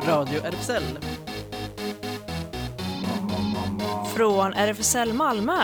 Radio RFSL. Från RFSL Malmö.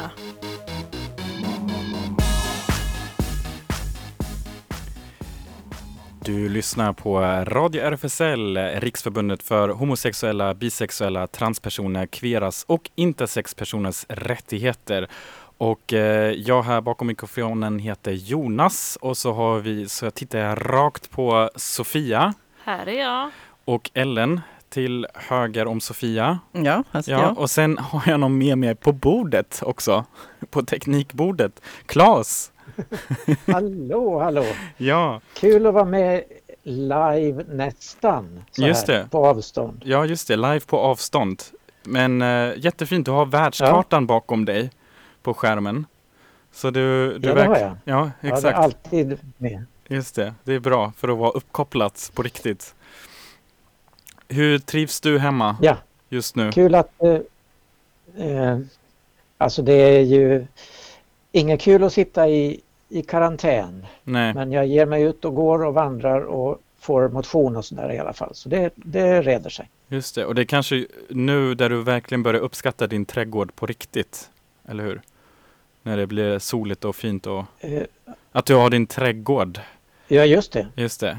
Du lyssnar på Radio RFSL, Riksförbundet för homosexuella, bisexuella, transpersoner, kveras och intersexpersoners rättigheter. Och jag här bakom mikrofonen heter Jonas och så tittar jag rakt på Sofia. Här är jag. Och Ellen till höger om Sofia. Ja, här sitter jag. Och sen har jag någon med mig på bordet också, på teknikbordet. Claes. Hallå. Ja. Kul att vara med live nästan. Just det. På avstånd. Ja, just det. Live på avstånd. Men jättefint, du har världskartan bakom dig på skärmen. Så du det har jag. Ja, exakt. Jag är alltid med. Just det. Det är bra för att vara uppkopplat på riktigt. Hur trivs du hemma just nu? Kul att... alltså det är ju inget kul att sitta i karantän. Nej. Men jag ger mig ut och går och vandrar och får motion och sådär i alla fall. Så det reder sig. Just det. Och det är kanske nu där du verkligen börjar uppskatta din trädgård på riktigt. Eller hur? När det blir soligt och fint och... att du har din trädgård. Ja, just det. Just det.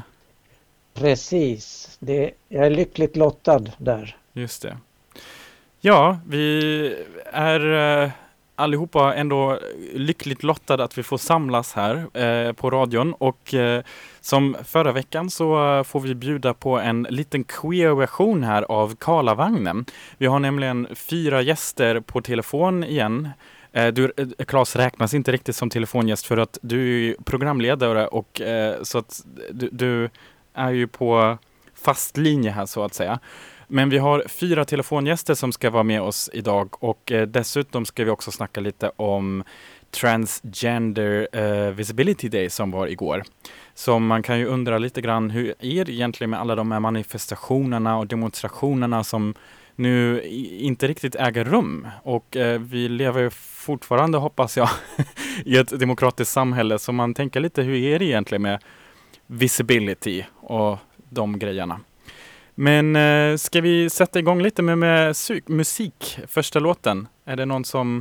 Precis. Jag är lyckligt lottad där. Just det. Ja, vi är allihopa ändå lyckligt lottade att vi får samlas här på radion. Och som förra veckan så får vi bjuda på en liten queer-version här av Karlavagnen. Vi har nämligen 4 gäster på telefon igen. Claes räknas inte riktigt som telefongäst för att du är ju programledare och så att du är ju på fast linje här så att säga. Men vi har 4 telefongäster som ska vara med oss idag och dessutom ska vi också snacka lite om Transgender Visibility Day som var igår. Så man kan ju undra lite grann hur är det egentligen med alla de här manifestationerna och demonstrationerna som nu inte riktigt äger rum. Och vi lever fortfarande, hoppas jag, i ett demokratiskt samhälle. Så man tänker lite, hur är det egentligen med visibility och de grejerna. Men ska vi sätta igång lite med musik, första låten? Är det någon som...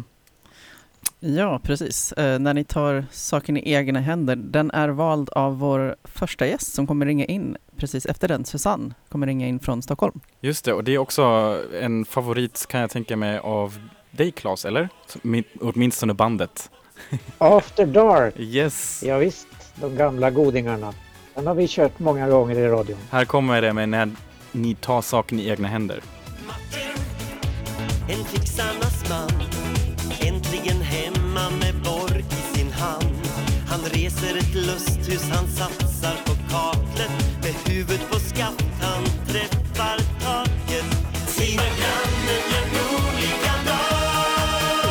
Ja, precis. När ni tar saken i egna händer, den är vald av vår första gäst som kommer ringa in precis efter den. Susanne kommer ringa in från Stockholm. Just det, och det är också en favorit kan jag tänka mig av dig, Claes, eller? Åtminstone bandet. After Dark. Yes. Ja, visst, de gamla godingarna. Den har vi kört många gånger i radion. Här kommer det med när ni tar saken i egna händer. Martin, en fixarnas man, äntligen hemma med borg i sin hand. Han reser ett lusthus, han satsar på kaklet. Med huvudet på skaft, han träffar taket. Sina grannen gör olika dag.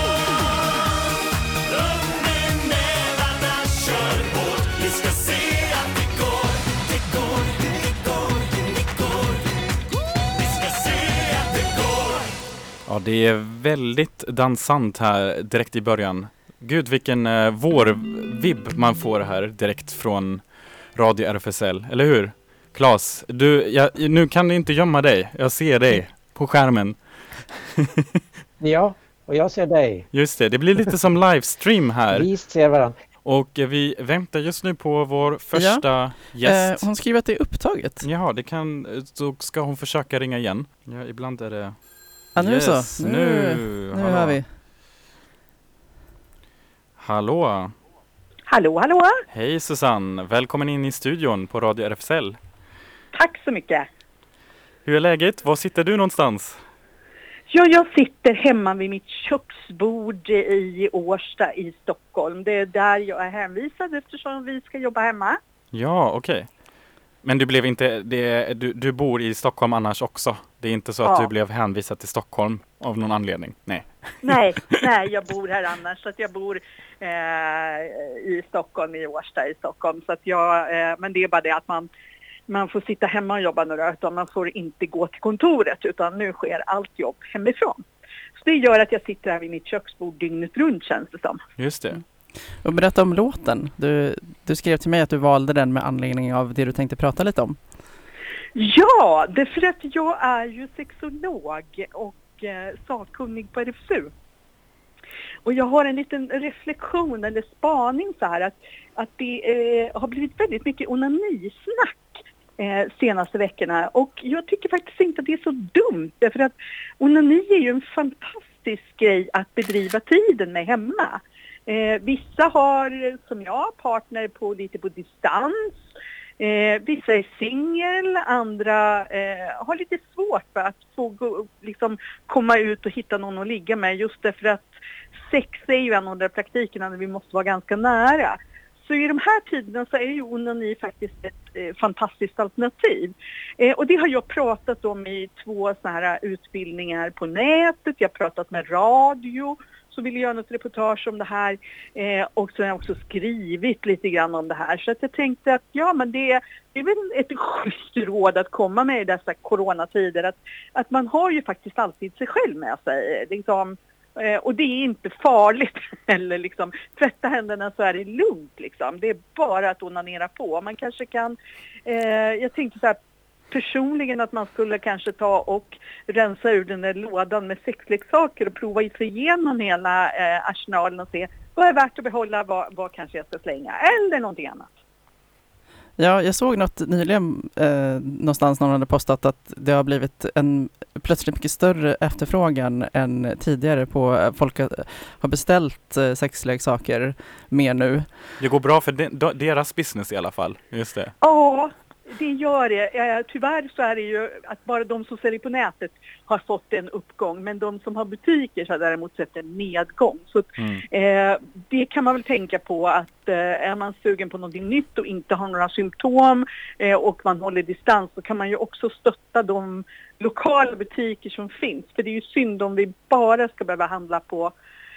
Upp med nävarna, kör hårt. Vi ska se att det går. Det går, det går, det går. Vi ska se att det går. Ja, det är väldigt dansant här direkt i början. Gud, vilken vår-vibb man får här direkt från Radio RFSL. Eller hur? Claes, nu kan du inte gömma dig. Jag ser dig på skärmen. Ja, och jag ser dig. Just det blir lite som livestream här. Vi ser varandra. Och vi väntar just nu på vår första gäst. Hon skriver att det är upptaget. Jaha, så ska hon försöka ringa igen. Ja, ibland är det... Ja, nu yes, så. Nu hör vi. Hallå. Hallå. Hej Susanne, välkommen in i studion på Radio RFSL. Tack så mycket. Hur är läget? Var sitter du någonstans? Ja, jag sitter hemma vid mitt köksbord i Årsta i Stockholm. Det är där jag är hänvisad eftersom vi ska jobba hemma. Ja, okej. Men du blev inte, du bor i Stockholm annars också? Det är inte så att du blev hänvisad till Stockholm av någon anledning? Nej. Nej, jag bor här annars. Så att jag bor i Stockholm, i Årsta i Stockholm. Så att men det är bara det att man får sitta hemma och jobba några, utan man får inte gå till kontoret, utan nu sker allt jobb hemifrån. Så det gör att jag sitter här vid mitt köksbord dygnet runt, känns det som. Just det. Och berätta om låten. Du skrev till mig att du valde den med anledning av det du tänkte prata lite om. Ja, det är för att jag är ju sexolog och sakkunnig på RFSU. Och jag har en liten reflektion eller spaning så här att det har blivit väldigt mycket onanisnack senaste veckorna. Och jag tycker faktiskt inte att det är så dumt. För att onani är ju en fantastisk grej att bedriva tiden med hemma. Vissa har, som jag, partner lite på distans. Vissa är singel, andra har lite svårt för att få komma ut och hitta någon att ligga med, just därför att sex är ju en av de praktikerna när vi måste vara ganska nära. Så i de här tiderna så är ju onani faktiskt ett fantastiskt alternativ. Och det har jag pratat om i 2 såna här utbildningar på nätet. Jag har pratat med radio, så vill jag göra något reportage om det här. Och så har jag också skrivit lite grann om det här. Så att jag tänkte att men det är väl ett schysst råd att komma med i dessa coronatider. Att man har ju faktiskt alltid sig själv med sig. Och det är inte farligt eller tvätta händerna så är det lugnt Det är bara att onanera på. Man kanske kan, jag tänkte så här personligen att man skulle kanske ta och rensa ur den där lådan med sexleksaker och prova igenom hela arsenalen och se vad är värt att behålla, vad kanske jag ska slänga eller någonting annat. Ja, jag såg något nyligen någonstans någon hade postat att det har blivit en plötsligt mycket större efterfrågan än tidigare på folk har beställt sexleksaker mer nu. Det går bra för deras business i alla fall, just det. Ja, det gör det. Tyvärr så är det ju att bara de som säljer på nätet har fått en uppgång, men de som har butiker så har däremot sett en nedgång. Så det kan man väl tänka på att är man sugen på något nytt och inte har några symptom och man håller distans, så kan man ju också stötta de lokala butiker som finns. För det är ju synd om vi bara ska behöva handla på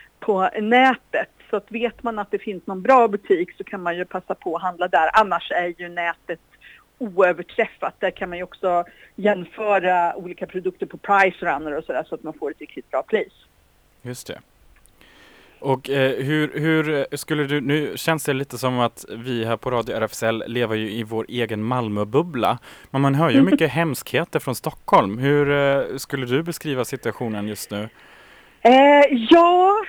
nätet. Så att vet man att det finns någon bra butik så kan man ju passa på att handla där. Annars är ju nätet oöverträffat. Där kan man ju också jämföra olika produkter på Price Runner och sådär, så att man får ett riktigt bra pris. Just det. Och hur skulle du, nu känns det lite som att vi här på Radio RFSL lever ju i vår egen Malmöbubbla. Men man hör ju mycket hemskheter från Stockholm. Hur skulle du beskriva situationen just nu? Ja,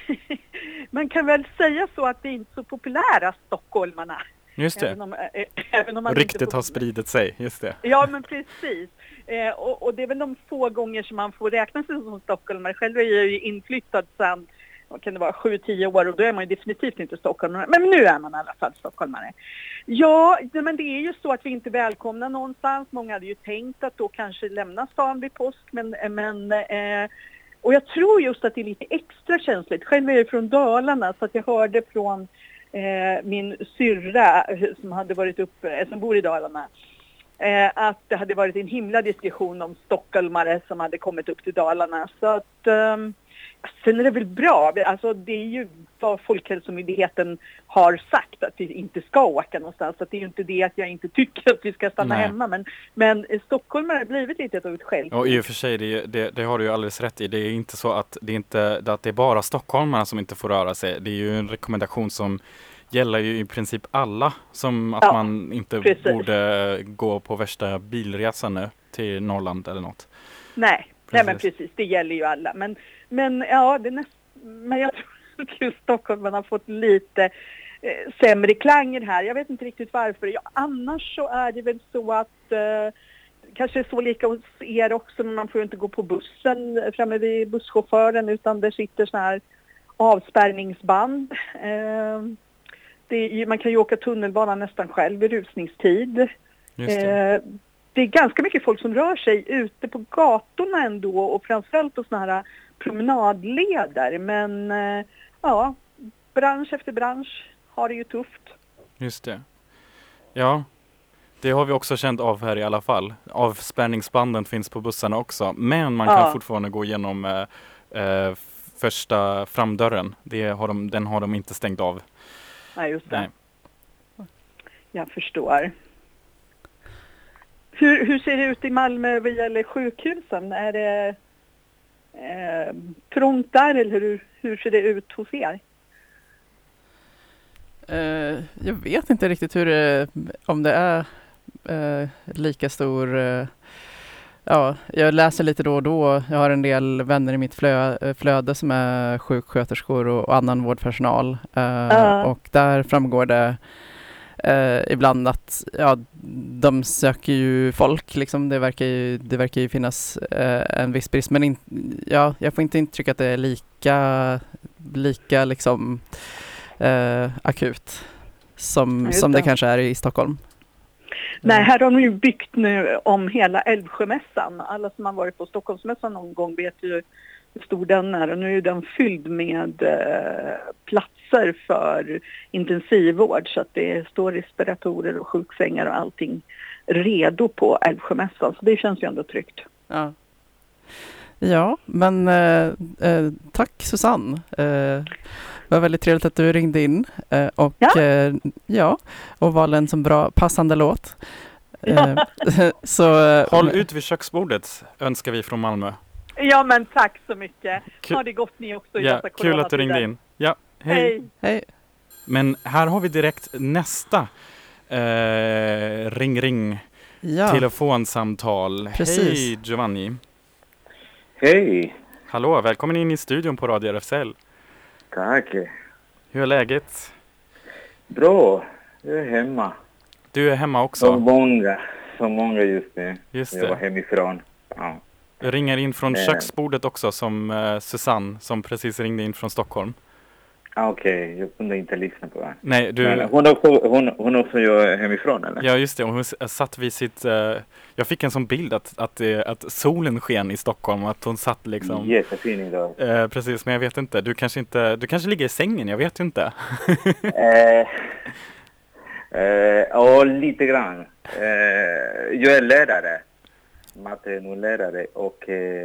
man kan väl säga så att det är inte så populära stockholmarna. Just det. Även om man ryktet inte har spridit sig, just det. Ja, men precis. Och det är väl de få gånger som man får räkna sig som stockholmare. Själv är jag ju inflyttad sedan, kan det vara 7-10 år, och då är man ju definitivt inte stockholmare. Men nu är man i alla fall stockholmare. Ja, men det är ju så att vi inte välkomnar någonstans. Många hade ju tänkt att då kanske lämna stan vid påsk, och jag tror just att det är lite extra känsligt. Själv är jag från Dalarna, så att jag hörde från min syrra som hade varit uppe, som bor i Dalarna, att det hade varit en himla diskussion om stockholmare som hade kommit upp till Dalarna. Så att sen är det väl bra. Alltså det är ju vad Folkhälsomyndigheten har sagt, att vi inte ska åka någonstans. Så att det är ju inte det att jag inte tycker att vi ska stanna hemma. Men stockholmare har blivit lite av ett skäll. Och i och för sig, det har du ju alldeles rätt i. Det är inte så att det är bara stockholmarna som inte får röra sig. Det är ju en rekommendation som gäller ju i princip alla, som att man inte borde gå på värsta bilresan nu till Norrland eller något. Nej, men precis, det gäller ju alla. Men ja, men jag tror att just Stockholm har fått lite sämre klanger här. Jag vet inte riktigt varför. Ja, annars så är det väl så att kanske är så lika hos er också, men man får ju inte gå på bussen framme vid busschauffören, utan det sitter såna här avspärrningsband. Man kan ju åka tunnelbana nästan själv i rusningstid. Just det. Det är ganska mycket folk som rör sig ute på gatorna ändå, och framförallt på såna här promenadleder. Men ja, bransch efter bransch har det ju tufft. Just det. Ja, det har vi också känt av här i alla fall. Avspärrningsbanden finns på bussarna också. Men man kan fortfarande gå igenom första framdörren. Den har de inte stängt av. Nej, just det. Nej. Jag förstår. Hur ser det ut i Malmö vad gäller sjukhusen? Är det trångt där, eller hur ser det ut hos er? Jag vet inte riktigt om det är lika stor. Ja, jag läser lite då och då. Jag har en del vänner i mitt flöde som är sjuksköterskor och annan vårdpersonal. Och där framgår det ibland att de söker ju folk. Liksom. Det verkar ju finnas en viss brist. Men jag får inte intryck att det är lika liksom, akut som det kanske är i Stockholm. Nej, här har de ju byggt nu om hela Älvsjömässan. Alla som har varit på Stockholmsmässan någon gång vet ju hur stor den är. Och nu är den fylld med platser för intensivvård. Så att det står respiratorer och sjuksängar och allting redo på Älvsjömässan. Så det känns ju ändå tryggt. Ja, men tack Susanne. Det var väldigt trevligt att du ringde in och valde en så bra passande låt. Så håll ut vid köksbordet önskar vi från Malmö. Ja, men tack så mycket. Ha det gott ni också. Ja, kul att du ringde in. Ja, hej. Men här har vi direkt nästa ring telefonsamtal. Precis. Hej Giovanni. Hej. Hallå, välkommen in i studion på Radio RFSL. Tack. Hur är läget? Bra, jag är hemma. Du är hemma också? Så många just nu. Just det. Jag var hemifrån. Ja. Jag ringer in från köksbordet också som Susanne som precis ringde in från Stockholm. Okej, jag kunde inte lyssna på det. Nej, Hon också gör hemifrån eller? Ja just det, hon satt vid sitt... jag fick en sån bild att solen sken i Stockholm och att hon satt liksom... Jättefin idag. Precis, men jag vet inte. Du kanske ligger i sängen, jag vet inte. Ja, lite grann. Jag är lärare. Mattelärare och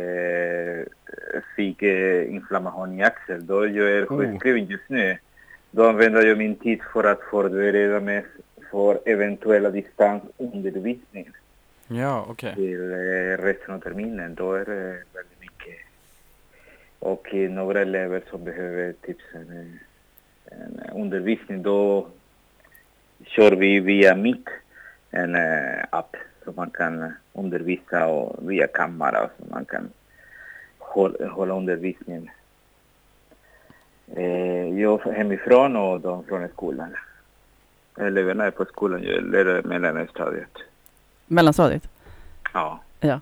fick inflammation i axel. Då jag är sjukskriven just nu. Då använder jag min tid för att förbereda mig för eventuella distansundervisning. Ja, okej. Till resten av terminen. Då är det väldigt mycket. Och några elever som behöver tips en undervisning. Då kör vi via Meet, en app. Så man kan undervisa och via kamera så man kan hålla undervisningen. Jag är hemifrån och de från skolan. Eleverna är på skolan, jag är lärare mellanstadiet. Mellanstadiet? Ja.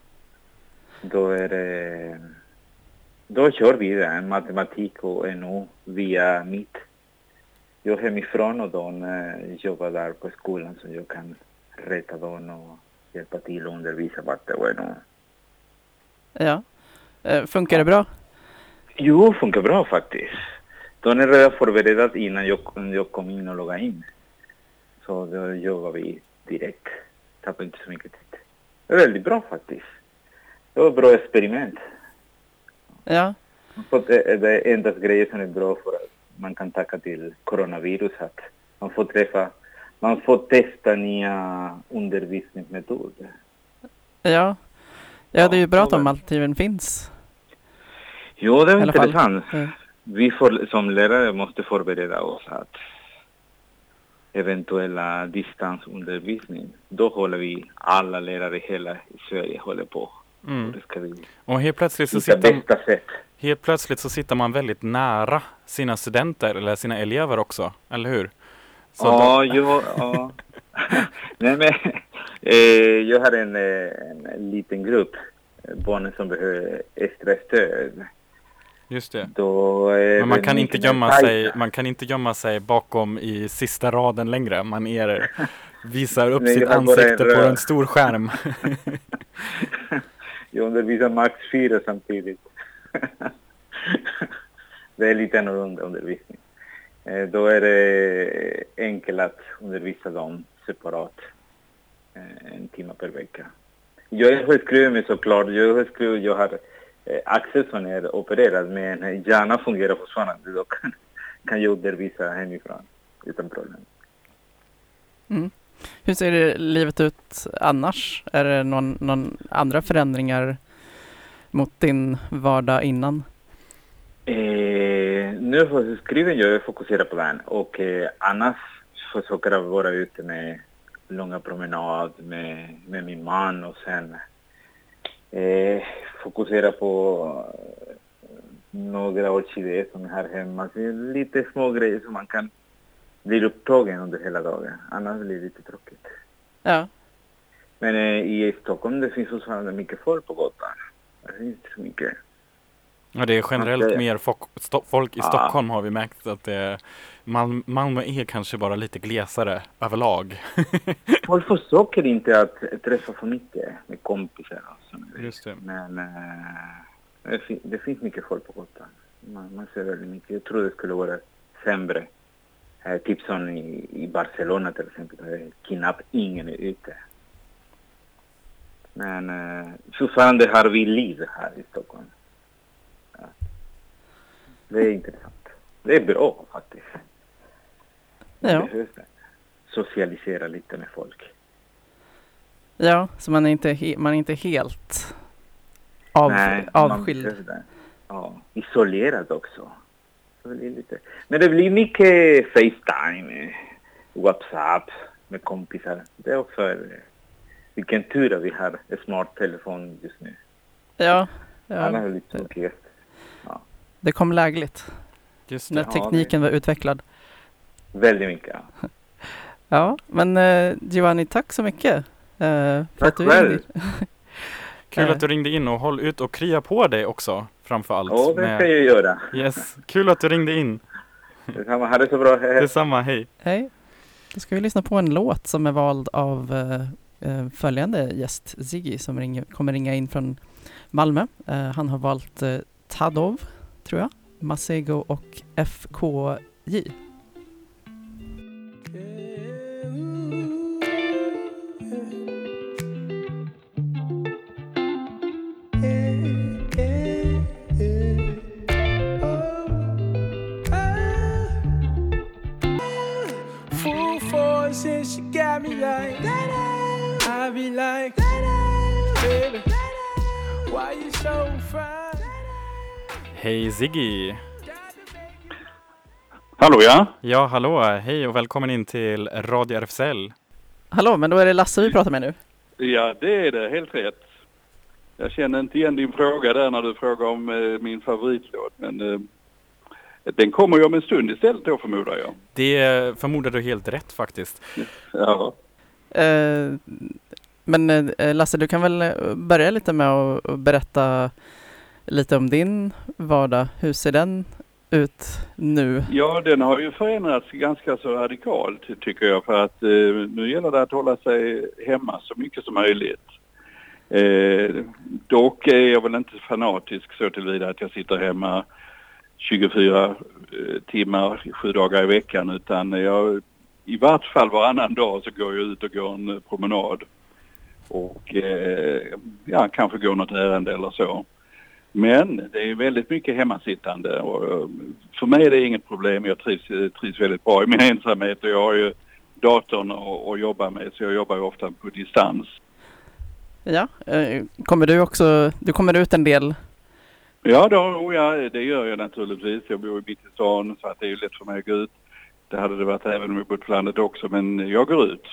Då kör vi en matematik och NO via Meet. Jag är hemifrån och de jobbar där på skolan så jag kan rätta dem och hjälpa till och undervisa matte och NO. Ja. Funkar det bra? Jo, funkar bra faktiskt. De är redan förberedda innan jag kom in och loggade in. Så då jobbar vi direkt. Tappar inte så mycket tid. Det är väldigt bra faktiskt. Det var ett bra experiment. Ja. Det är endast grejer som är bra för att man kan tacka till coronavirus. Att man får testa nya undervisningsmetoder. Ja, det är ju bra att de alternativen finns. Jo, det är intressant. Ja. Vi som lärare måste förbereda oss att eventuella distansundervisning. Då håller vi alla lärare hela Sverige håller på. Mm. Det ska vi och helt plötsligt så sitter man väldigt nära sina studenter eller sina elever också, eller hur? Så ja. Nej, men jag har en liten grupp barnen som behöver extra stöd. Just det. Men man kan inte gömma sig bakom i sista raden längre. Man visar upp sitt ansikte på en stor skärm. Jag undervisar max 4 samtidigt. Det är lite annorlunda undervisning. Då är det enkelt att undervisa dem separat en timme per vecka. Jag har skrivit mig såklart. Jag har axel som är opererad men hjärnan fungerar fortfarande. Då kan jag undervisa hemifrån utan problem. Mm. Hur ser det livet ut annars? Är det någon andra förändringar mot din vardag innan? Nu skriver jag fokuserar på den och annars försöker jag vara ute med långa promenad med min man och sen fokusera på några orkidéer som är här hemma. Så lite små grejer som man kan bli upptagen under hela dagen. Annars blir det lite tråkigt. Ja. Men i Stockholm det finns fortfarande mycket folk på gatan. Det finns inte så mycket. Ja, det är generellt mer folk i Stockholm har vi märkt att Malmö är kanske bara lite glesare överlag. Folk försöker inte att träffa för mycket med kompisar. Just det. Men det finns mycket folk på gatan. Man ser väldigt mycket. Jag tror det skulle vara sämre. Typ som i Barcelona till exempel. Där knappt ingen är ute. Men fortfarande har vi liv här i Stockholm. Ja. Det är intressant. Det är bra faktiskt. Ja. Behövs det. Socialisera lite med folk. Ja, så man är inte helt avskild. Ja, isolerad också. Så det är lite. Men det blir mycket FaceTime, WhatsApp med kompisar. Det är också vilken tur att vi har en smart telefon just nu. Ja. Alla är lite tråkigt. Ja. Det kom lägligt. Just det. När tekniken var utvecklad. Väldigt mycket. Ja, men Giovanni, tack så mycket för Tack att du själv. ringde. Kul att du ringde in och håll ut och krya på dig också framför allt. Ja, det ska jag göra. Yes, kul att du ringde in. Detsamma, ha det så bra. Detsamma, hej. Hej. Då ska vi lyssna på en låt som är vald av följande gäst, Ziggy, som kommer ringa in från Malmö. Han har valt Tadov, tror jag, Masego och FKJ. She got me like, I be like, baby, why you so fine? Hej Ziggy. Hallå ja? Ja, hallå. Hej och välkommen in till Radio RFSL. Hallå, men då är det Lasse vi pratar med nu. Ja, det är det. Helt rätt. Jag känner inte igen din fråga där när du frågar om min favoritlåt, men den kommer ju om en stund istället då, förmodar jag. Det förmodar du helt rätt faktiskt. Ja. Men Lasse, du kan väl börja lite med att berätta lite om din vardag. Hur ser den ut nu? Ja, den har ju förändrats ganska så radikalt tycker jag, för att nu gäller det att hålla sig hemma så mycket som möjligt. Dock är jag väl inte fanatisk så tillvida att jag sitter hemma 24 timmar, 7 dagar i veckan, utan jag i vart fall varannan dag så går jag ut och går en promenad och kanske går något ärende eller så. Men det är väldigt mycket hemmasittande och för mig är det inget problem. Jag trivs väldigt bra i min ensamhet och jag har ju datorn att jobba med, så jag jobbar ju ofta på distans. Ja, du kommer ut en del? Ja, det gör jag naturligtvis. Jag bor i mitt i stan så att det är ju lätt för mig att gå ut. Det hade det varit även om jag bott på landet också, men jag går ut.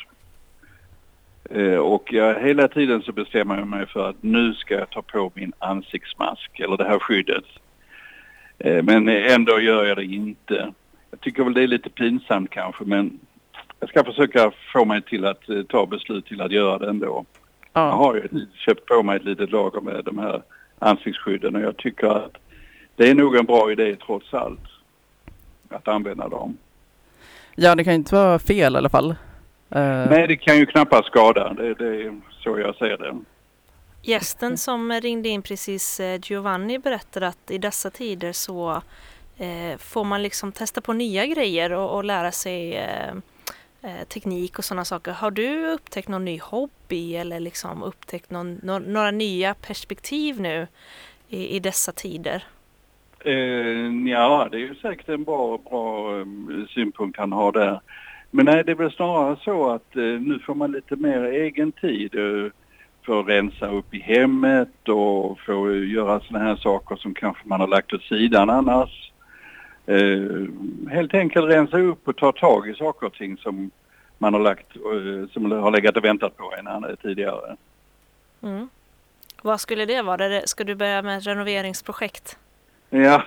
Och hela tiden så bestämmer jag mig för att nu ska jag ta på min ansiktsmask eller det här skyddet. Men ändå gör jag det inte. Jag tycker väl det är lite pinsamt kanske, men jag ska försöka få mig till att ta beslut till att göra det ändå. Ja. Jag har ju köpt på mig ett litet lager med de här ansiktsskydden och jag tycker att det är nog en bra idé trots allt att använda dem. Ja, det kan inte vara fel i alla fall. Nej, det kan ju knappast skada. Det är så jag ser det. Gästen som ringde in precis, Giovanni, berättade att i dessa tider så får man liksom testa på nya grejer och lära sig teknik och sådana saker. Har du upptäckt någon ny hobby eller liksom upptäckt några nya perspektiv nu i dessa tider? Ja, det är ju säkert en bra synpunkt han har där. Men nej, det är väl snarare så att nu får man lite mer egen tid för att rensa upp i hemmet och få göra såna här saker som kanske man har lagt åt sidan annars. Helt enkelt rensa upp och ta tag i saker och ting som man har lagt, som har legat och väntat på en tidigare. Mm. Vad skulle det vara? Ska du börja med ett renoveringsprojekt? Ja,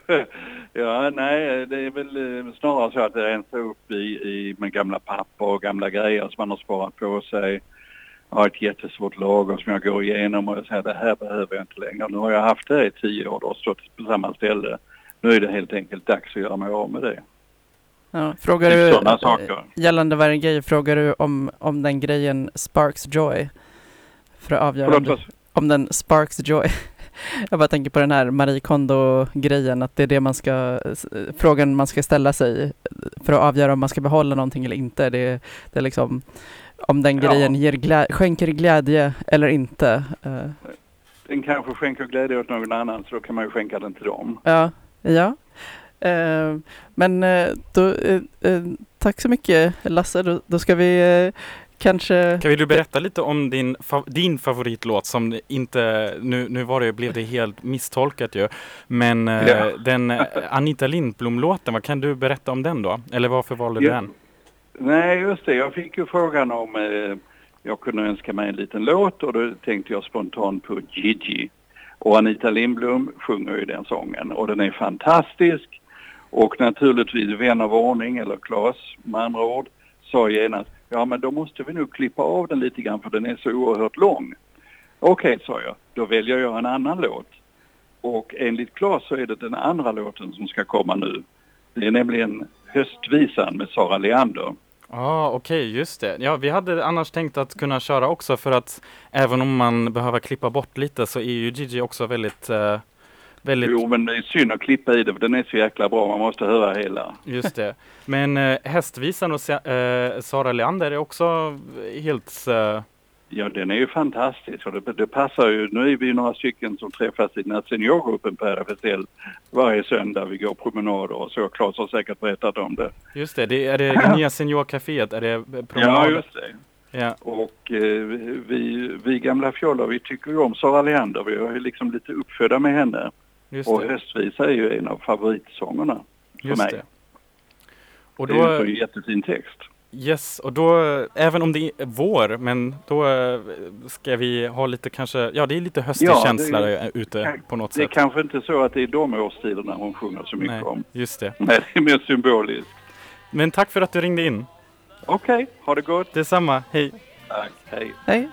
ja, nej, det är väl snarare så att det rensar upp med gamla papper och gamla grejer som man har sparat på sig. Jag har ett jättesvårt lager som jag går igenom och jag säger det här behöver jag inte längre. Nu har jag haft det i 10 år och stått på samma ställe. Nu är det helt enkelt dags att göra mig av med det. Ja, frågar du, gällande varje grej, frågar du om den grejen Sparks Joy? För att avgöra om den Sparks Joy. Jag bara tänker på den här Marie Kondo-grejen, att det är det frågan man ska ställa sig för att avgöra om man ska behålla någonting eller inte. Det är liksom om den grejen skänker glädje eller inte. Den kanske skänker glädje åt någon annan, så då kan man ju skänka den till dem. Ja. Men då, tack så mycket Lasse. Då ska vi kanske... Kan du berätta lite om din favoritlåt som inte... Nu blev det helt misstolkat ju. Men den Anita Lindblom-låten, vad kan du berätta om den då? Eller varför valde du den? Nej, just det. Jag fick ju frågan om jag kunde önska mig en liten låt och då tänkte jag spontant på Gigi. Och Anita Lindblom sjunger ju den sången och den är fantastisk. Och naturligtvis vän av ordning, eller Claes med andra ord, sa genast, ja men då måste vi nog klippa av den lite grann för den är så oerhört lång. Okej, sa jag, då väljer jag en annan låt. Och enligt Claes så är det den andra låten som ska komma nu. Det är nämligen Höstvisan med Sara Leander. Okej, just det. Ja, vi hade annars tänkt att kunna köra också för att även om man behöver klippa bort lite så är ju Gigi också väldigt... Jo, men det är synd att klippa i det för den är så jäkla bra, man måste höra hela. Just det. Men Hästvisan och Sara Leander är också helt... Ja, den är ju fantastisk och det passar ju. Nu är vi ju några stycken som träffas i den här seniorgruppen på RFSL varje söndag. Vi går promenader och så. Claes har säkert berättat om det. Just det, är det nya seniorcaféet? Är det promenader? Ja, just det. Ja. Och vi gamla fjoller, vi tycker ju om Sara Leander. Vi är ju liksom lite uppfödda med henne. Just och det. Höstvisa är ju en av favoritsångerna för mig. Det. Och då, det är ju en jättefin text. Yes, och då, även om det är vår, men då ska vi ha lite kanske, det är lite höstig känsla ute på något sätt. Det är kanske inte så att det är de årstiderna hon sjunger så mycket om. Just det. Nej, det är mer symboliskt. Men tack för att du ringde in. Okej, ha det gott. Detsamma, hej. Tack, hej. Hej.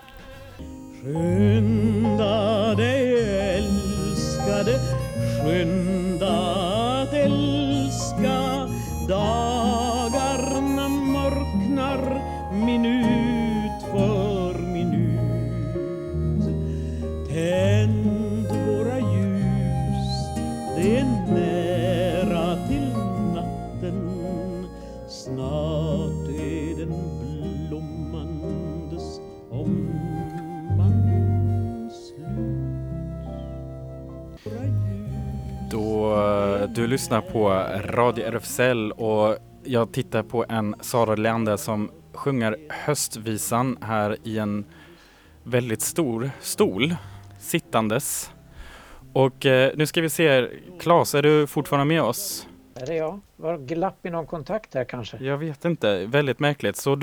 Skynda dig älskade, skynda att älska. Dagarna mörknar minut för minut. Tänd våra ljus, det är nära till natten. Snart är den blommandes sommaren slut. Då du lyssnar på Radio RFSL och jag tittar på en Sara Leander som sjunger Höstvisan här i en väldigt stor stol sittandes. Och nu ska vi se, Claes, är du fortfarande med oss? Är det jag? Var glapp i någon kontakt här kanske? Jag vet inte, väldigt märkligt. Så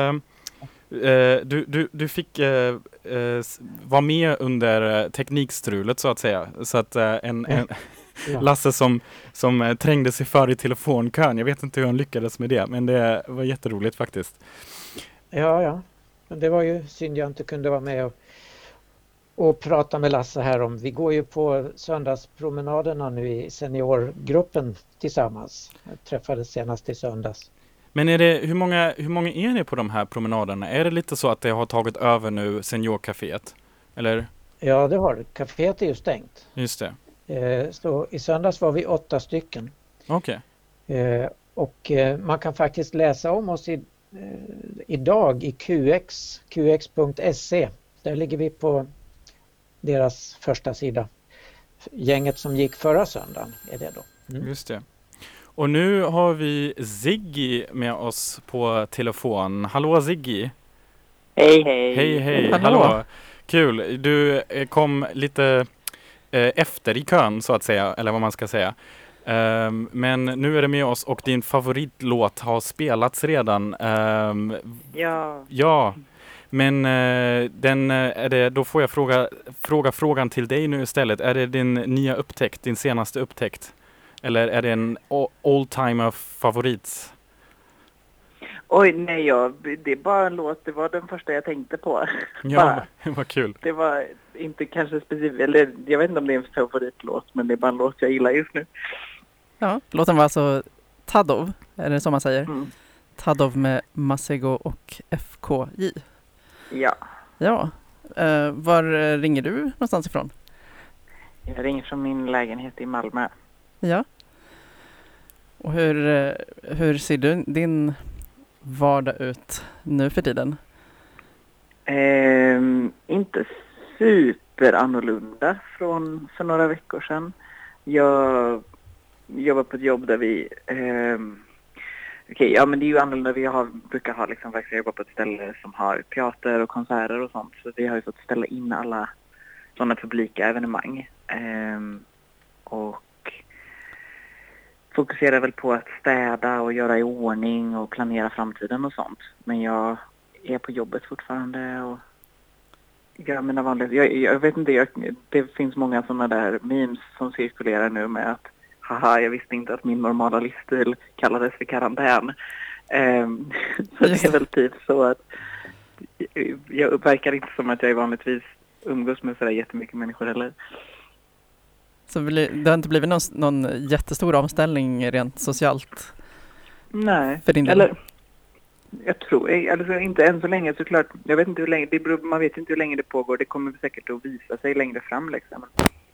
du fick vara med under teknikstrulet så att säga. Så att Lasse som trängde sig för i telefonkön. Jag vet inte hur han lyckades med det, men det var jätteroligt faktiskt. Ja. Men det var ju synd jag inte kunde vara med och prata med Lasse här om. Vi går ju på söndagspromenaderna nu i seniorgruppen tillsammans. Jag träffades senast i söndags. Men hur många är ni på de här promenaderna? Är det lite så att det har tagit över nu seniorcaféet? Eller? Ja, det har det. Caféet är ju stängt. Just det. Så i söndags var vi 8 stycken. Okej. Och man kan faktiskt läsa om oss idag i qx.se. Där ligger vi på deras första sida. Gänget som gick förra söndagen är det då. Just det. Och nu har vi Ziggy med oss på telefon. Hallå Ziggy. Hej. Hej. Hallå. Kul. Du kom lite efter i kön så att säga, eller vad man ska säga. Men nu är det med oss och din favoritlåt har spelats redan. Ja. Men då får jag frågan till dig nu istället. Är det din nya upptäckt, din senaste upptäckt? Eller är det en all-timer favorit? Oj, nej, det är bara en låt. Det var den första jag tänkte på. Ja, vad kul. Det var inte kanske specifikt, eller jag vet inte om det är en favoritlåt, men det är bara en låt jag gillar just nu. Ja, låten var alltså Tadov, är det som man säger? Mm. Tadov med Masego och FKJ. Ja. Ja. Var ringer du någonstans ifrån? Jag ringer från min lägenhet i Malmö. Ja. Och hur ser din vardag ut nu för tiden? Inte super annorlunda från för några veckor sedan. Jag jobbar på ett jobb där vi men det är ju annorlunda. Vi brukar ha liksom verkligen jobba på ett ställe som har teater och konserter och sånt. Så vi har ju fått ställa in alla sådana publika evenemang. Och fokuserar väl på att städa och göra i ordning och planera framtiden och sånt. Men jag är på jobbet fortfarande och gör mina vanliga... Jag vet inte, det finns många sådana där memes som cirkulerar nu med att haha, jag visste inte att min normala livsstil kallades för karantän. Så det är väl typ så att jag verkar inte som att jag vanligtvis umgås med sådär jättemycket människor heller. Så det har inte blivit någon jättestor omställning rent socialt? Nej, för din del? Eller jag tror, alltså inte än så länge såklart. Jag vet inte hur länge, man vet inte hur länge det pågår. Det kommer säkert att visa sig längre fram liksom.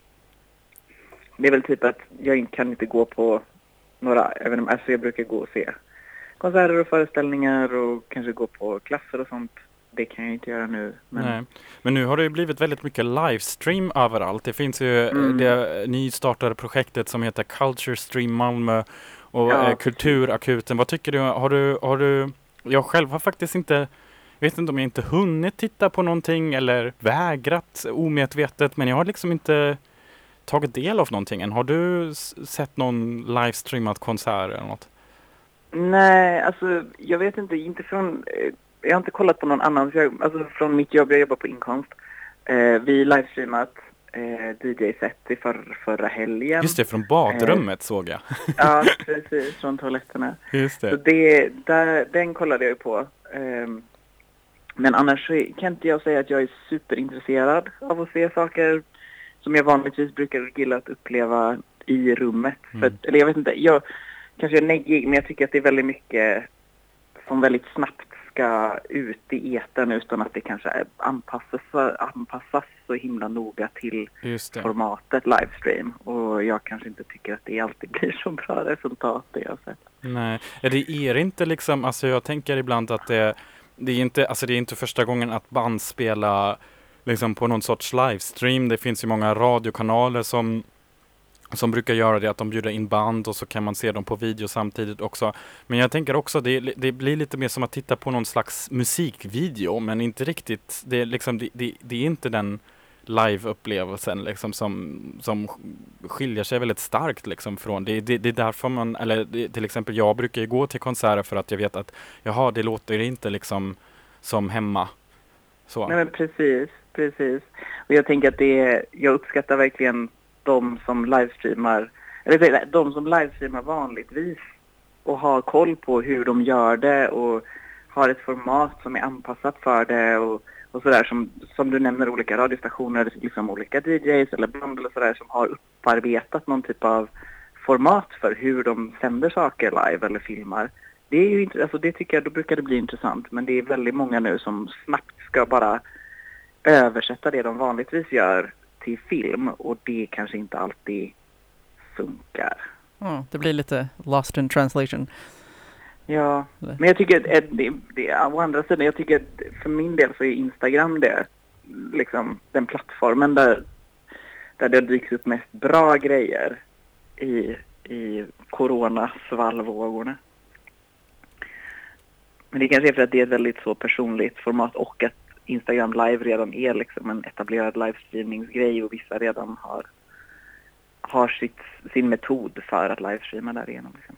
Det är väl typ att jag kan inte gå på några evenemang. Alltså jag brukar gå och se konserter och föreställningar och kanske gå på klasser och sånt. Det kan jag inte göra nu. Nej. Men nu har det ju blivit väldigt mycket livestream överallt. Det finns ju det nystartade projektet som heter Culture Stream Malmö och Kulturakuten. Vad tycker du? Har du... Jag själv har faktiskt inte... vet inte om jag inte hunnit titta på någonting eller vägrat omedvetet, men jag har liksom inte tagit del av någonting än. Har du sett någon livestreamat konsert eller något? Nej, alltså jag vet inte från... Jag har inte kollat på någon annan. Alltså från mitt jobb, jag jobbar på Inkomst. Vi livestreamat DJ-set i förra helgen. Just det, från badrummet såg jag. Ja, precis, från toaletterna. Just det. Så den kollade jag på. Men annars kan inte jag säga att jag är superintresserad av att se saker som jag vanligtvis brukar gilla att uppleva i rummet. Eller jag vet inte, jag kanske är neggig, men jag tycker att det är väldigt mycket som väldigt snabbt ska ut i etern utan att det kanske anpassas så himla noga till formatet livestream. Och jag kanske inte tycker att det alltid blir så bra resultat det jag sett. Nej, det är inte liksom, alltså jag tänker ibland att det är inte första gången att band spelar liksom på någon sorts livestream. Det finns ju många radiokanaler som brukar göra det, att de bjuder in band och så kan man se dem på video samtidigt också. Men jag tänker också, det blir lite mer som att titta på någon slags musikvideo, men inte riktigt, det är inte den live-upplevelsen liksom som skiljer sig väldigt starkt liksom från, det är därför till exempel jag brukar ju gå till konserter för att jag vet att det låter inte liksom som hemma. Så. Nej men precis. Och jag tänker att jag uppskattar verkligen de som livestreamar vanligtvis och har koll på hur de gör det och har ett format som är anpassat för det och sådär som du nämner, olika radiostationer, liksom olika DJs eller band eller sådär som har upparbetat någon typ av format för hur de sänder saker live eller filmar. Det är ju inte, alltså det tycker jag, då brukar det bli intressant, men det är väldigt många nu som snabbt ska bara översätta det de vanligtvis gör till film, och det kanske inte alltid funkar. Det blir lite lost in translation. Ja, men jag tycker att å andra sidan, jag tycker att för min del så är Instagram det liksom den plattformen där det dyks upp mest bra grejer i coronasvallvågorna. Men det kanske är för att det är ett väldigt så personligt format och att Instagram Live redan är liksom en etablerad livestreamingsgrej och vissa redan har sin metod för att livestreama därigenom. Liksom.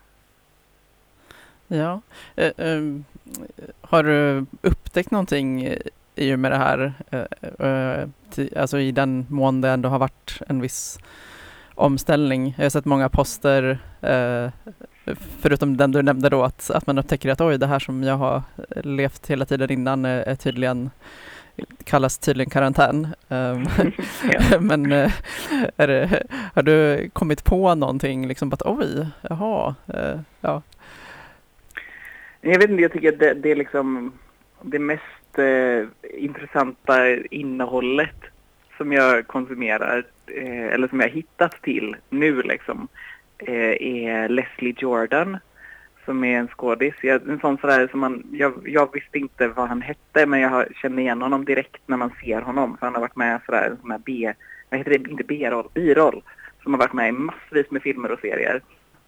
Ja. Har du upptäckt någonting i och med det här? Alltså i den mån det ändå har varit en viss omställning. Jag har sett många poster, förutom den du nämnde då, att man upptäcker att oj, det här som jag har levt hela tiden innan kallas tydligen karantän. Men har du kommit på någonting liksom på att oj, jaha, ja. Jag vet inte, jag tycker att det är liksom det mest intressanta innehållet som jag konsumerar eller som jag har hittat till nu liksom är Leslie Jordan som är en skådis. En sån sådär som jag visste inte vad han hette, men jag känner igen honom direkt när man ser honom, för han har varit med sådär en sån här biroll som har varit med i massvis med filmer och serier.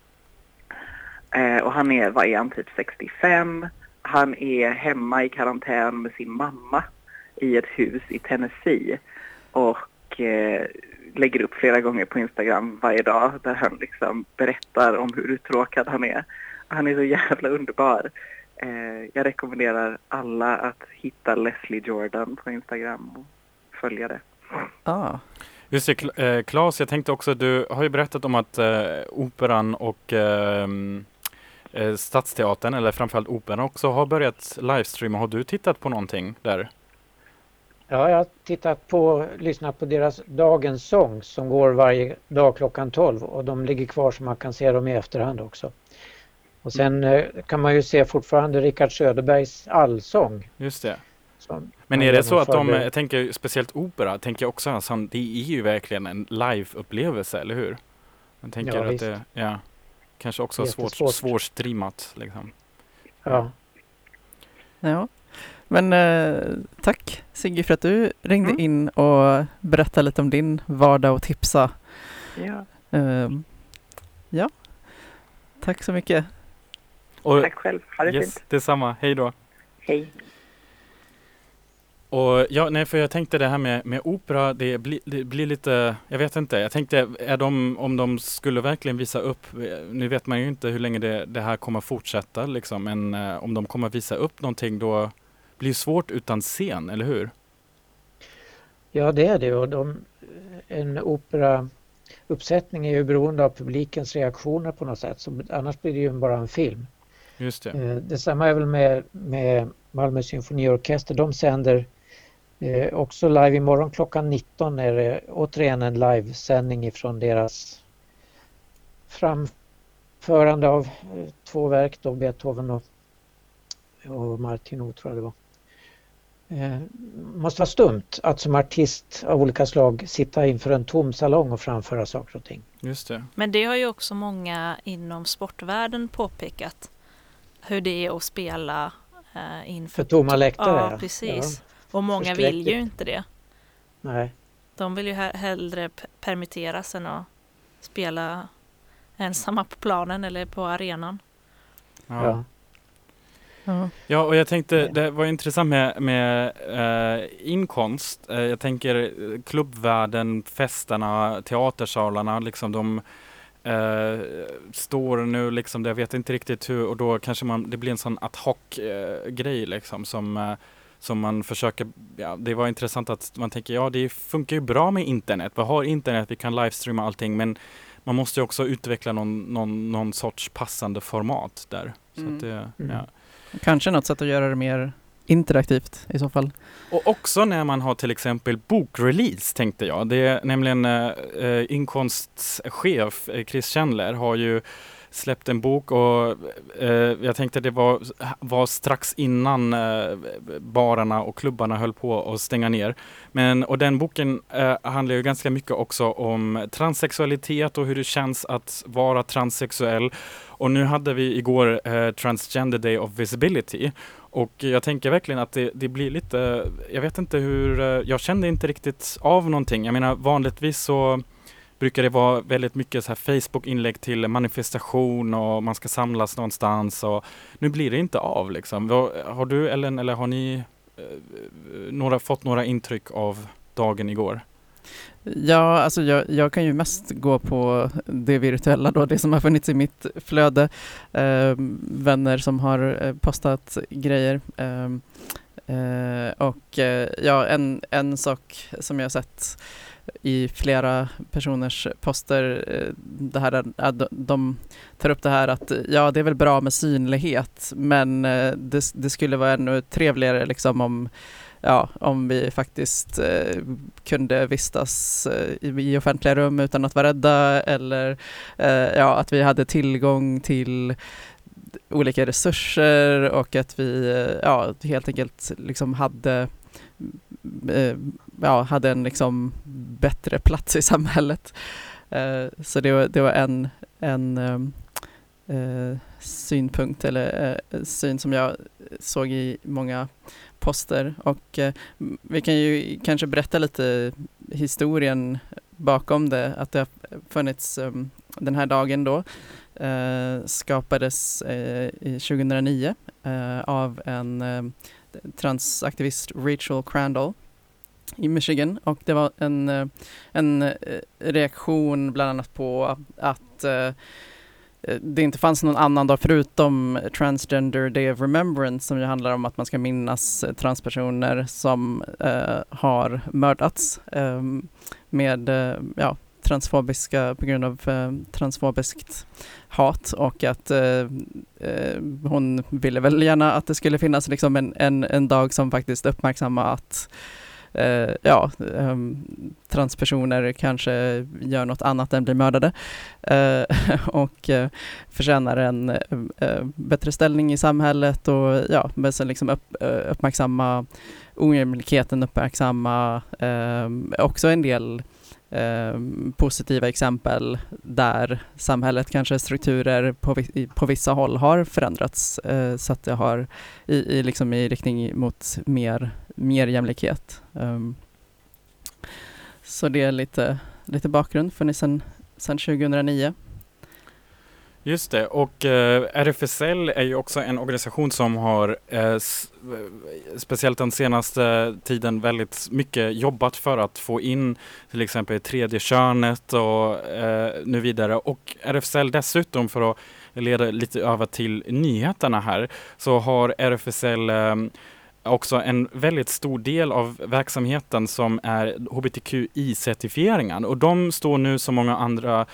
Och han är, vad är han, typ 65. Han är hemma i karantän med sin mamma i ett hus i Tennessee och lägger upp flera gånger på Instagram varje dag där han liksom berättar om hur uttråkad han är. Han är så jävla underbar. Jag rekommenderar alla att hitta Leslie Jordan på Instagram och följa det. Just det, Claes, jag tänkte också, du har ju berättat om att operan och Stadsteatern, eller framförallt operan också, har börjat livestreama. Har du tittat på någonting där? Ja, jag har lyssnat på deras Dagens sång som går varje dag klockan 12 och de ligger kvar så man kan se dem i efterhand också. Och sen kan man ju se fortfarande Richard Söderbergs allsång. Just det. Men är det så att jag tänker speciellt opera, tänker jag också alltså, det är ju verkligen en live-upplevelse, eller hur? Jag tänker att det kanske också svårstreamat liksom. Ja. Men tack Sigge för att du ringde in och berättade lite om din vardag och tipsa. Ja. Tack så mycket. Och, tack själv. Ha det fint. Detsamma. Hej då. Hej. Och för jag tänkte det här med opera, det blir lite, jag vet inte, jag tänkte om de skulle verkligen visa upp, nu vet man ju inte hur länge det här kommer fortsätta liksom, men om de kommer visa upp någonting då blir det svårt utan scen, eller hur? Ja, det är det, och en operauppsättning är ju beroende av publikens reaktioner på något sätt, så annars blir det ju bara en film. Just det. Detsamma är väl med Malmö symfoniorkester, de sänder också live imorgon klockan 19 är det återigen en livesändning ifrån deras framförande av 2 verk då, Beethoven och Martino tror jag det var. Måste vara stumt att som artist av olika slag sitta inför en tom salong och framföra saker och ting. Just det. Men det har ju också många inom sportvärlden påpekat, hur det är att spela inför tomma läktare. Ja, precis. Ja. Och många vill ju inte det. Nej. De vill ju hellre permitteras än att spela ensamma på planen eller på arenan. Ja, och jag tänkte, det var intressant med inkomst. Jag tänker klubbvärlden, festerna, teatersalarna, liksom de står nu liksom, jag vet inte riktigt hur, och då kanske det blir en sån ad hoc grej liksom som man försöker, det var intressant att man tänker, det funkar ju bra med internet. Vi har internet, vi kan livestreama allting, men man måste ju också utveckla någon sorts passande format där. Så att det, kanske något sätt att göra det mer interaktivt i så fall. Och också när man har till exempel bokrelease, tänkte jag. Det är nämligen inkonstchef Chris Chandler har ju släppt en bok och jag tänkte det var strax innan barerna och klubbarna höll på att stänga ner. Och den boken handlar ju ganska mycket också om transsexualitet och hur det känns att vara transsexuell. Och nu hade vi igår Transgender Day of Visibility. Och jag tänker verkligen att det blir lite, jag vet inte hur, jag kände inte riktigt av någonting. Jag menar, vanligtvis så brukar det vara väldigt mycket så här Facebook-inlägg till manifestation och man ska samlas någonstans, och nu blir det inte av liksom. Har du, Ellen, eller har ni fått några intryck av dagen igår? Ja, alltså jag kan ju mest gå på det virtuella då, det som har funnits i mitt flöde. Vänner som har postat grejer. Ja, en sak som jag har sett i flera personers poster, det här att de tar upp det här att ja, det är väl bra med synlighet, men det skulle vara ännu trevligare liksom om vi faktiskt kunde vistas i offentliga rum utan att vara rädda, eller att vi hade tillgång till olika resurser och att vi helt enkelt liksom hade en liksom bättre plats i samhället. Så det var en synpunkt eller syn som jag såg i många poster, och vi kan ju kanske berätta lite historien bakom det, att det har funnits den här dagen då skapades 2009 av en transaktivist, Rachel Crandall i Michigan, och det var en reaktion bland annat på att det inte fanns någon annan dag förutom Transgender Day of Remembrance, som ju handlar om att man ska minnas transpersoner som har mördats med transfobiska, på grund av transfobiskt hat, och att hon ville väl gärna att det skulle finnas liksom en dag som faktiskt uppmärksammar att transpersoner kanske gör något annat än blir mördade och förtjänar en bättre ställning i samhället, och men sen liksom uppmärksamma ojämlikheten, uppmärksamma också en del positiva exempel där samhället, kanske strukturer på vissa håll har förändrats så att det har i riktning mot mer jämlikhet. Så det är lite bakgrund för ni sedan 2009. Just det, och RFSL är ju också en organisation som har speciellt den senaste tiden väldigt mycket jobbat för att få in till exempel tredje könet och nu vidare. Och RFSL dessutom, för att leda lite över till nyheterna här, så har RFSL också en väldigt stor del av verksamheten som är HBTQI-certifieringen, och de står nu som många andra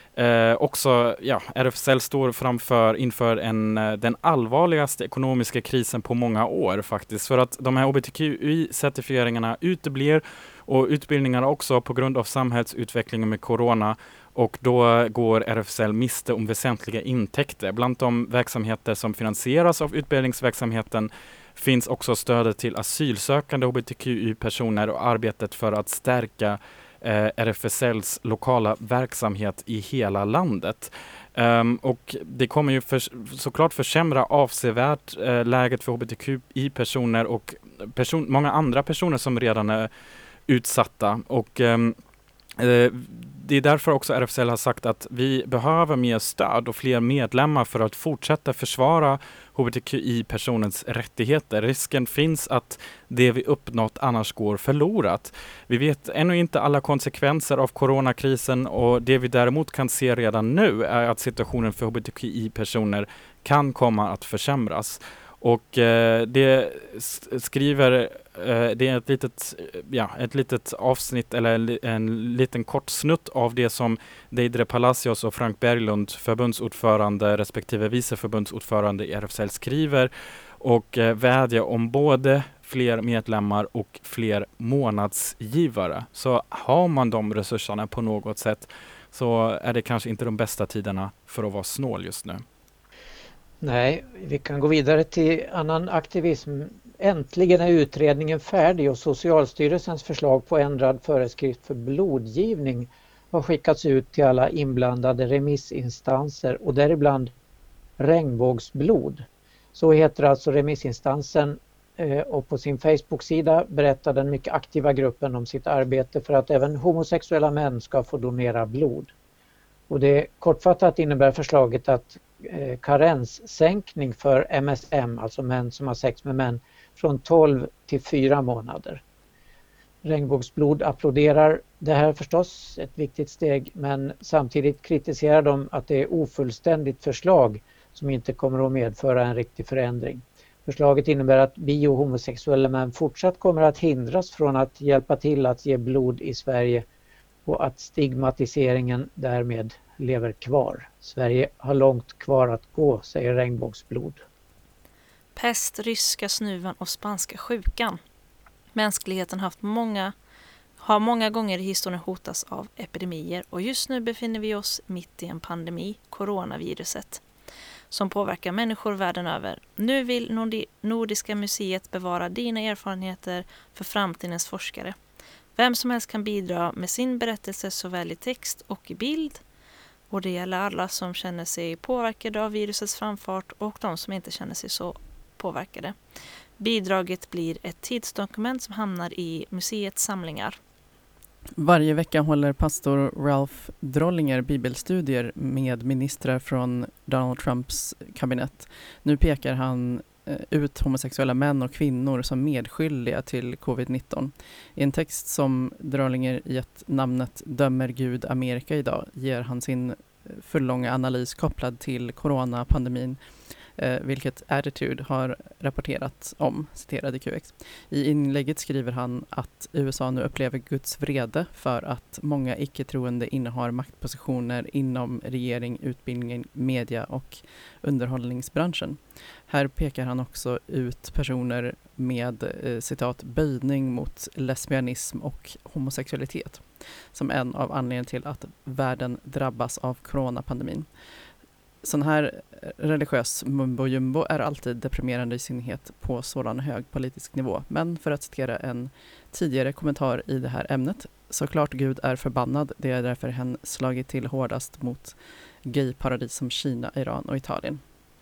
RFSL står inför den allvarligaste ekonomiska krisen på många år faktiskt, för att de här HBTQI-certifieringarna uteblir, och utbildningarna också på grund av samhällsutvecklingen med corona, och då går RFSL miste om väsentliga intäkter. Bland de verksamheter som finansieras av utbildningsverksamheten finns också stödet till asylsökande HBTQI-personer och arbetet för att stärka RFSLs lokala verksamhet i hela landet. Och det kommer ju såklart försämra avsevärt läget för HBTQI-personer och många andra personer som redan är utsatta. Och det är därför också RFSL har sagt att vi behöver mer stöd och fler medlemmar för att fortsätta försvara HBTQI-personens rättigheter. Risken finns att det vi uppnått annars går förlorat. Vi vet ännu inte alla konsekvenser av coronakrisen, och det vi däremot kan se redan nu är att situationen för HBTQI-personer kan komma att försämras. Och det är ett litet avsnitt eller en liten kort snutt av det som Deidre Palacios och Frank Berglund, förbundsordförande respektive viceförbundsordförande i RFSL, skriver, och vädjar om både fler medlemmar och fler månadsgivare. Så har man de resurserna på något sätt, så är det kanske inte de bästa tiderna för att vara snål just nu. Nej, vi kan gå vidare till annan aktivism. Äntligen är utredningen färdig, och Socialstyrelsens förslag på ändrad föreskrift för blodgivning har skickats ut till alla inblandade remissinstanser, och däribland Regnbågsblod. Så heter alltså remissinstansen, och på sin Facebook-sida berättar den mycket aktiva gruppen om sitt arbete för att även homosexuella män ska få donera blod. Och det kortfattat innebär förslaget att karenssänkning för MSM, alltså män som har sex med män, från 12 till 4 månader. Regnbågsblod applåderar det här förstås, ett viktigt steg, men samtidigt kritiserar de att det är ofullständigt förslag som inte kommer att medföra en riktig förändring. Förslaget innebär att bi- och homosexuella män fortsatt kommer att hindras från att hjälpa till att ge blod i Sverige och att stigmatiseringen därmed lever kvar. Sverige har långt kvar att gå, säger Regnbågsblod. Pest, ryska snuvan och spanska sjukan. Mänskligheten har många gånger i historien hotats av epidemier och just nu befinner vi oss mitt i en pandemi, coronaviruset, som påverkar människor världen över. Nu vill Nordiska museet bevara dina erfarenheter för framtidens forskare. Vem som helst kan bidra med sin berättelse såväl i text och i bild. Och det gäller alla som känner sig påverkade av virusets framfart och de som inte känner sig så påverkade. Bidraget blir ett tidsdokument som hamnar i museets samlingar. Varje vecka håller pastor Ralph Drollinger bibelstudier med ministrar från Donald Trumps kabinett. Nu pekar han ut homosexuella män och kvinnor som medskyldiga till covid-19. I en text som Drollinger gett namnet Dömer Gud Amerika idag ger han sin fullånga analys kopplad till coronapandemin, vilket Attitude har rapporterat om, citerade QX. I inlägget skriver han att USA nu upplever Guds vrede för att många icke-troende innehar maktpositioner inom regering, utbildning, media och underhållningsbranschen. Här pekar han också ut personer med citat böjning mot lesbianism och homosexualitet som en av anledningarna till att världen drabbas av coronapandemin. Sån här religiös mumbo-jumbo är alltid deprimerande i synnerhet på sådan hög politisk nivå. Men för att citera en tidigare kommentar i det här ämnet, såklart Gud är förbannad. Det är därför han slagit till hårdast mot gayparadis som Kina, Iran och Italien.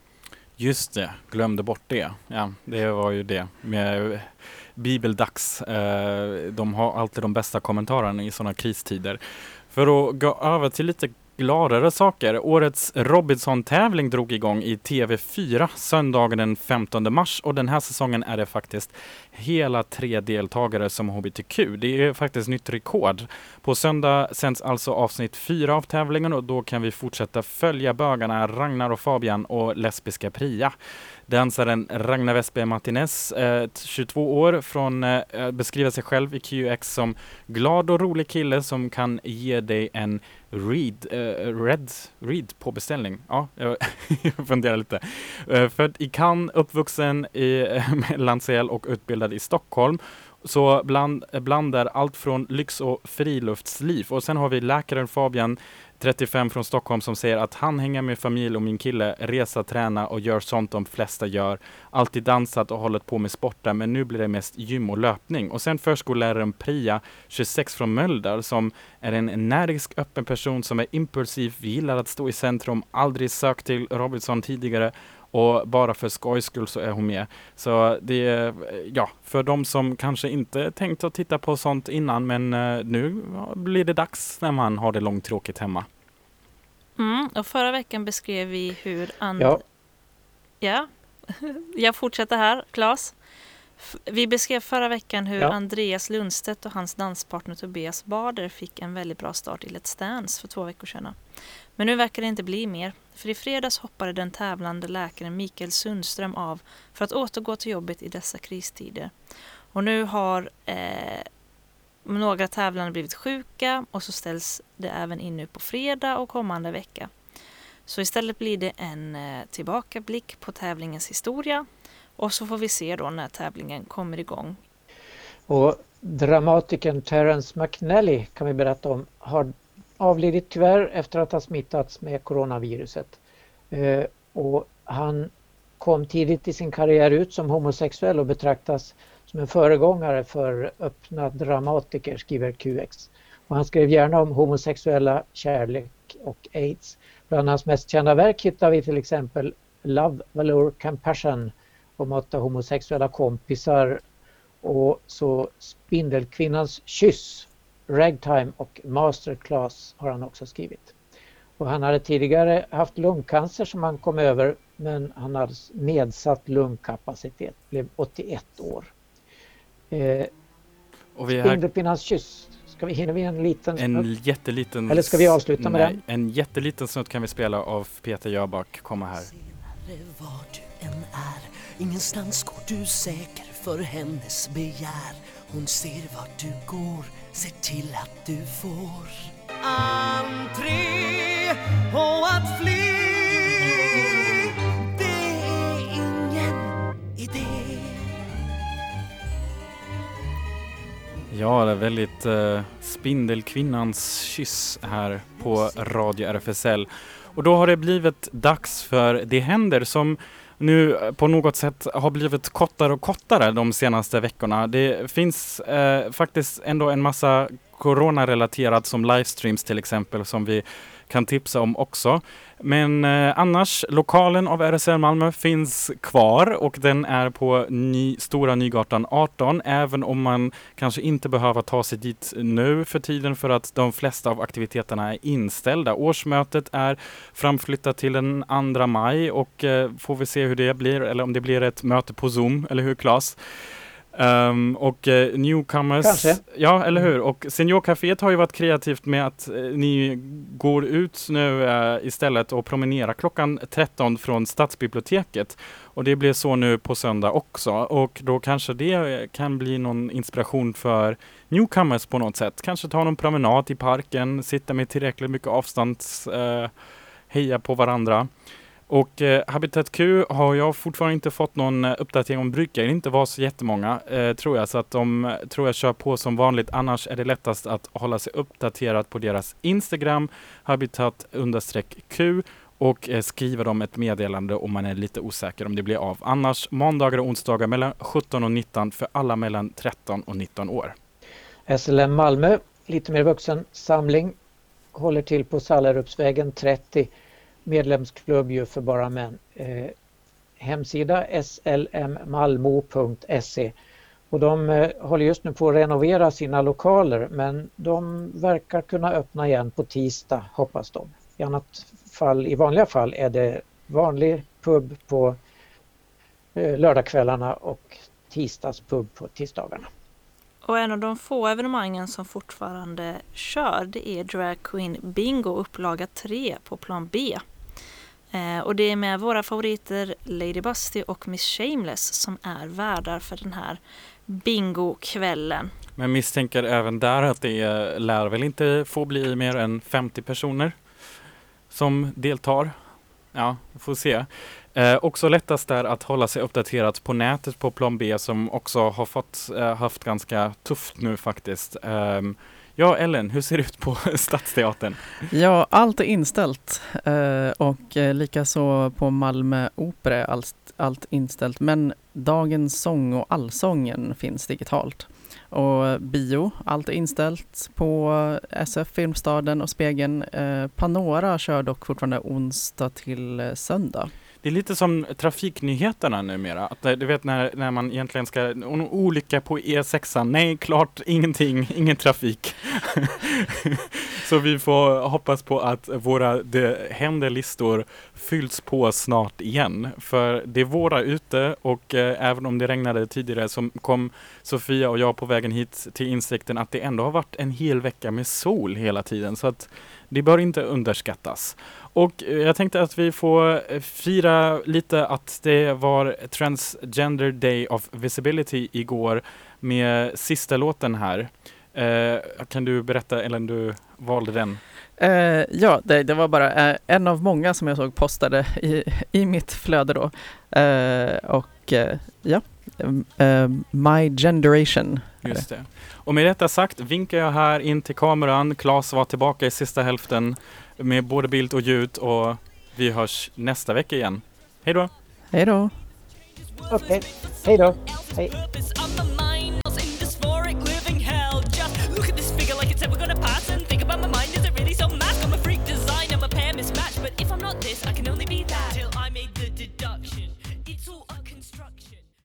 Just det, glömde bort det. Ja, det var ju det med Bibeldags. De har alltid de bästa kommentarerna i sådana kristider. För att gå över till lite gladare saker. Årets Robinson-tävling drog igång i TV4 söndagen den 15 mars och den här säsongen är det faktiskt hela 3 deltagare som HBTQ. Det är faktiskt nytt rekord. På söndag sänds alltså avsnitt 4 av tävlingen och då kan vi fortsätta följa bögarna Ragnar och Fabian och lesbiska Priya. Dansaren Ragnar Westberg Martinez, 22 år, beskriver sig själv i QX som glad och rolig kille som kan ge dig en read på beställning. Ja, jag funderar lite. Född i Cannes, uppvuxen i Landsel och utbildad i Stockholm. Så blandar allt från lyx och friluftsliv. Och sen har vi läkaren Fabian, 35 från Stockholm, som säger att han hänger med familj och min kille, resa, träna och gör sånt de flesta gör. Alltid dansat och hållit på med sporten, men nu blir det mest gym och löpning. Och sen förskolläraren Priya, 26 från Mölndal, som är en energisk, öppen person som är impulsiv, gillar att stå i centrum, aldrig sökt till Robinson tidigare. Och bara för skojs skull så är hon med. Så det är, ja, för de som kanske inte tänkt att titta på sånt innan, men nu blir det dags när man har det långtråkigt hemma. Och förra veckan beskrev vi hur Ja, jag fortsätter här, Claes. Vi beskrev förra veckan hur Andreas Lundstedt och hans danspartner Tobias Bader fick en väldigt bra start i Let's Dance för 2 veckor sedan. Men nu verkar det inte bli mer. För i fredags hoppade den tävlande läkaren Mikael Sundström av för att återgå till jobbet i dessa kristider. Och nu har några tävlande blivit sjuka och så ställs det även in nu på fredag och kommande vecka. Så istället blir det en tillbakablick på tävlingens historia och så får vi se då när tävlingen kommer igång. Och dramatikern Terence McNally kan vi berätta om har avlidit tyvärr efter att ha smittats med coronaviruset. Och han kom tidigt i sin karriär ut som homosexuell och betraktas som en föregångare för öppna dramatiker, skriver QX. Och han skrev gärna om homosexuella, kärlek och AIDS. Bland hans mest kända verk hittar vi till exempel Love, Valor, Compassion om 8 homosexuella kompisar och så Spindelkvinnans kyss, Ragtime och Masterclass har han också skrivit. Och han hade tidigare haft lungcancer som han kom över, men han hade nedsatt lungkapacitet, blev 81 år. Och vi är här... Spindelpinnans kyss. Hinner vi en liten snutt? En jätteliten... Eller ska vi avsluta med den? En jätteliten snutt kan vi spela av Peter Jöback. Komma här. Var du än är, ingenstans går du säker för hennes begär. Hon ser vart du går, ser till att du får entré och att fly. Det är ingen idé. Ja, det är väldigt Spindelkvinnans kyss här på Radio RFSL. Och då har det blivit dags för Det händer som nu på något sätt har blivit kortare och kortare de senaste veckorna. Det finns faktiskt ändå en massa coronarelaterat som livestreams till exempel som vi kan tipsa om också. Men annars, lokalen av RSL Malmö finns kvar och den är på Stora Nygatan 18, även om man kanske inte behöver ta sig dit nu för tiden för att de flesta av aktiviteterna är inställda. Årsmötet är framflyttat till den 2 maj och får vi se hur det blir, eller om det blir ett möte på Zoom, eller hur Claes? Och newcomers, kanske. Ja, eller hur? Och Seniorcaféet har ju varit kreativt med att ni går ut nu istället och promenerar klockan 13 från Stadsbiblioteket. Och det blir så nu på söndag också. Och då kanske det kan bli någon inspiration för newcomers på något sätt. Kanske ta någon promenad i parken, sitta med tillräckligt mycket avstånd, heja på varandra. Och Habitat Q har jag fortfarande inte fått någon uppdatering om, brukar inte vara så jättemånga tror jag, så att de tror jag kör på som vanligt. Annars är det lättast att hålla sig uppdaterad på deras Instagram, Habitat_Q, och skriva dem ett meddelande om man är lite osäker om det blir av. Annars måndagar och onsdagar mellan 17 och 19 för alla mellan 13 och 19 år. SLM Malmö, lite mer vuxen samling, håller till på Sallerupsvägen 30. Medlemsklubb ju för bara män. Hemsida slmmalmo.se, och de håller just nu på att renovera sina lokaler, men de verkar kunna öppna igen på tisdag, hoppas de. I vanliga fall är det vanlig pub på lördagskvällarna och tisdagspub på tisdagarna. Och en av de få evenemangen som fortfarande kör, det är Drag Queen Bingo upplaga 3 på plan B. Och det är med våra favoriter Lady Busty och Miss Shameless som är värdar för den här bingo-kvällen. Men misstänker även där att det lär väl inte få bli mer än 50 personer som deltar. Ja, vi får se. Också lättast är att hålla sig uppdaterat på nätet på plan B, som också har haft ganska tufft nu faktiskt. Ja, Ellen, hur ser det ut på Stadsteatern? Ja, allt är inställt och likaså på Malmö Opera är allt inställt. Men Dagens sång och Allsången finns digitalt. Och bio, allt är inställt på SF, Filmstaden och Spegeln. Panora kör dock fortfarande onsdag till söndag. Det är lite som trafiknyheterna numera. Att du vet när man egentligen ska... En olycka på E6. Nej, klart ingenting. Ingen trafik. Så vi får hoppas på att våra händellistor fylls på snart igen. För det är våra ute och även om det regnade tidigare så kom Sofia och jag på vägen hit till insikten att det ändå har varit en hel vecka med sol hela tiden. Så att det bör inte underskattas. Och jag tänkte att vi får fira lite att det var Transgender Day of Visibility igår med sista låten här. Kan du berätta, eller du valde den? Ja, det var bara en av många som jag såg postade i mitt flöde då. My Generation. Just det. Och med detta sagt vinkar jag här in till kameran. Claes var tillbaka i sista hälften med både bild och ljud, och vi hörs nästa vecka igen. Hej då! Hej då! Okej, hej då! Hej!